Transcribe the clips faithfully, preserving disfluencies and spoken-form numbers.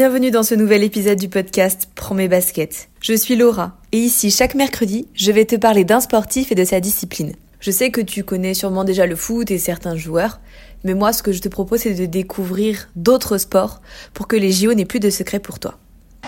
Bienvenue dans ce nouvel épisode du podcast Prends mes baskets. Je suis Laura et ici chaque mercredi, je vais te parler d'un sportif et de sa discipline. Je sais que tu connais sûrement déjà le foot et certains joueurs, mais moi ce que je te propose c'est de découvrir d'autres sports pour que les J O n'aient plus de secrets pour toi.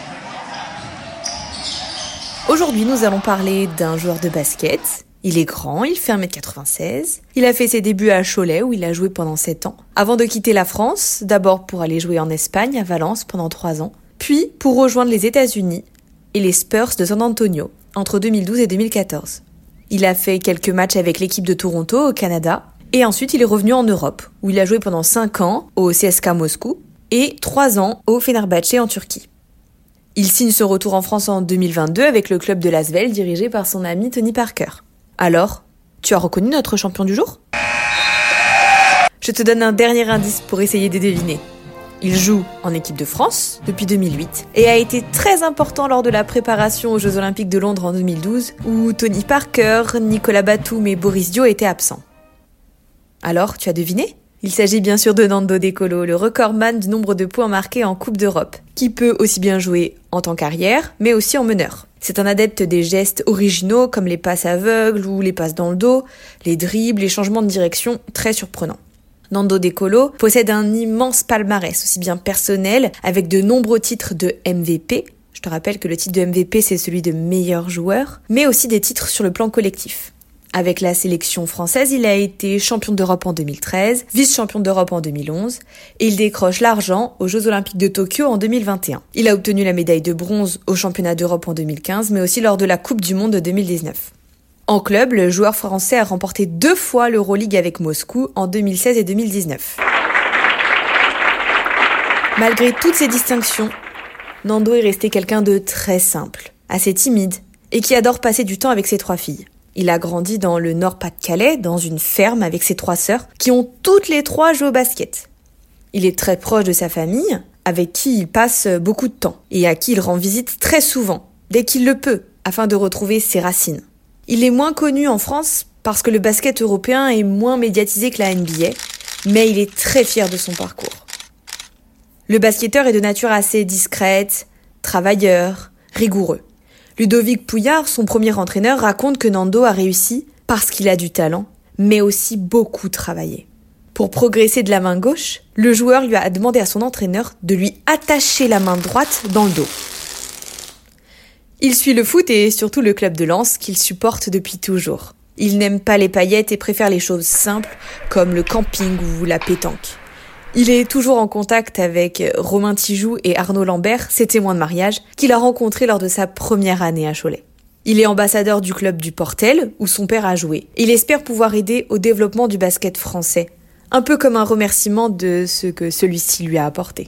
Aujourd'hui nous allons parler d'un joueur de basket. Il est grand, il fait un mètre quatre-vingt-seize. Il a fait ses débuts à Cholet où il a joué pendant sept ans. Avant de quitter la France, d'abord pour aller jouer en Espagne, à Valence, pendant trois ans. Puis pour rejoindre les États-Unis et les Spurs de San Antonio, entre deux mille douze et deux mille quatorze. Il a fait quelques matchs avec l'équipe de Toronto, au Canada. Et ensuite il est revenu en Europe, où il a joué pendant cinq ans au C S K A Moscou et trois ans au Fenerbahçe en Turquie. Il signe son retour en France en deux mille vingt-deux avec le club de L'Asvel dirigé par son ami Tony Parker. Alors, tu as reconnu notre champion du jour ? Je te donne un dernier indice pour essayer de deviner. Il joue en équipe de France depuis deux mille huit et a été très important lors de la préparation aux Jeux Olympiques de Londres en deux mille douze où Tony Parker, Nicolas Batum et Boris Dio étaient absents. Alors, tu as deviné ? Il s'agit bien sûr de Nando De Colo, le recordman du nombre de points marqués en Coupe d'Europe, qui peut aussi bien jouer en tant qu'arrière, mais aussi en meneur. C'est un adepte des gestes originaux comme les passes aveugles ou les passes dans le dos, les dribbles, les changements de direction très surprenants. Nando De Colo possède un immense palmarès, aussi bien personnel, avec de nombreux titres de M V P. Je te rappelle que le titre de M V P, c'est celui de meilleur joueur, mais aussi des titres sur le plan collectif. Avec la sélection française, il a été champion d'Europe en deux mille treize, vice-champion d'Europe en deux mille onze, et il décroche l'argent aux Jeux Olympiques de Tokyo en deux mille vingt et un. Il a obtenu la médaille de bronze au championnat d'Europe en deux mille quinze, mais aussi lors de la Coupe du Monde de deux mille dix-neuf. En club, le joueur français a remporté deux fois l'Euroleague avec Moscou en deux mille seize et deux mille dix-neuf. Malgré toutes ces distinctions, Nando est resté quelqu'un de très simple, assez timide, et qui adore passer du temps avec ses trois filles. Il a grandi dans le Nord-Pas-de-Calais, dans une ferme avec ses trois sœurs, qui ont toutes les trois joué au basket. Il est très proche de sa famille, avec qui il passe beaucoup de temps, et à qui il rend visite très souvent, dès qu'il le peut, afin de retrouver ses racines. Il est moins connu en France parce que le basket européen est moins médiatisé que la N B A, mais il est très fier de son parcours. Le basketteur est de nature assez discrète, travailleur, rigoureux. Ludovic Pouillard, son premier entraîneur, raconte que Nando a réussi parce qu'il a du talent, mais aussi beaucoup travaillé. Pour progresser de la main gauche, le joueur lui a demandé à son entraîneur de lui attacher la main droite dans le dos. Il suit le foot et surtout le club de Lens qu'il supporte depuis toujours. Il n'aime pas les paillettes et préfère les choses simples comme le camping ou la pétanque. Il est toujours en contact avec Romain Tijoux et Arnaud Lambert, ses témoins de mariage, qu'il a rencontrés lors de sa première année à Cholet. Il est ambassadeur du club du Portel, où son père a joué. Il espère pouvoir aider au développement du basket français, un peu comme un remerciement de ce que celui-ci lui a apporté.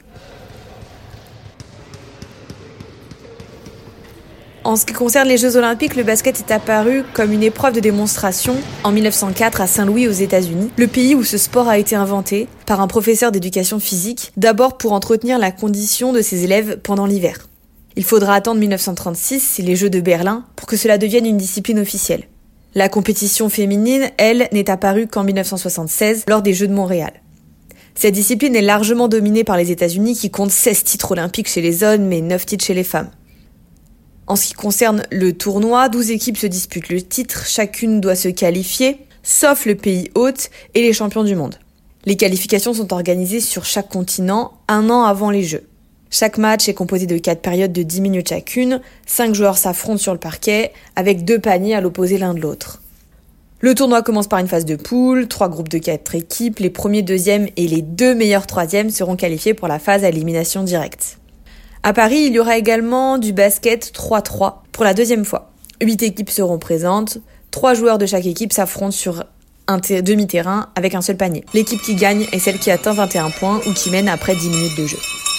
En ce qui concerne les Jeux Olympiques, le basket est apparu comme une épreuve de démonstration en mille neuf cent quatre à Saint-Louis aux États-Unis, le pays où ce sport a été inventé par un professeur d'éducation physique, d'abord pour entretenir la condition de ses élèves pendant l'hiver. Il faudra attendre mille neuf cent trente-six et les Jeux de Berlin pour que cela devienne une discipline officielle. La compétition féminine, elle, n'est apparue qu'en mille neuf cent soixante-seize lors des Jeux de Montréal. Cette discipline est largement dominée par les États-Unis qui comptent seize titres olympiques chez les hommes et neuf titres chez les femmes. En ce qui concerne le tournoi, douze équipes se disputent le titre, chacune doit se qualifier, sauf le pays hôte et les champions du monde. Les qualifications sont organisées sur chaque continent, un an avant les Jeux. Chaque match est composé de quatre périodes de dix minutes chacune, cinq joueurs s'affrontent sur le parquet, avec deux paniers à l'opposé l'un de l'autre. Le tournoi commence par une phase de poule, trois groupes de quatre équipes, les premiers deuxièmes et les deux meilleurs troisièmes seront qualifiés pour la phase à élimination directe. À Paris, il y aura également du basket trois trois pour la deuxième fois. Huit équipes seront présentes, trois joueurs de chaque équipe s'affrontent sur un t- demi-terrain avec un seul panier. L'équipe qui gagne est celle qui atteint vingt et un points ou qui mène après dix minutes de jeu.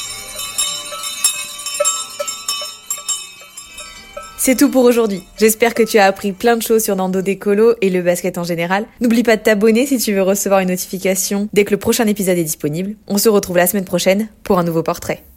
C'est tout pour aujourd'hui. J'espère que tu as appris plein de choses sur Nando De Colo et le basket en général. N'oublie pas de t'abonner si tu veux recevoir une notification dès que le prochain épisode est disponible. On se retrouve la semaine prochaine pour un nouveau portrait.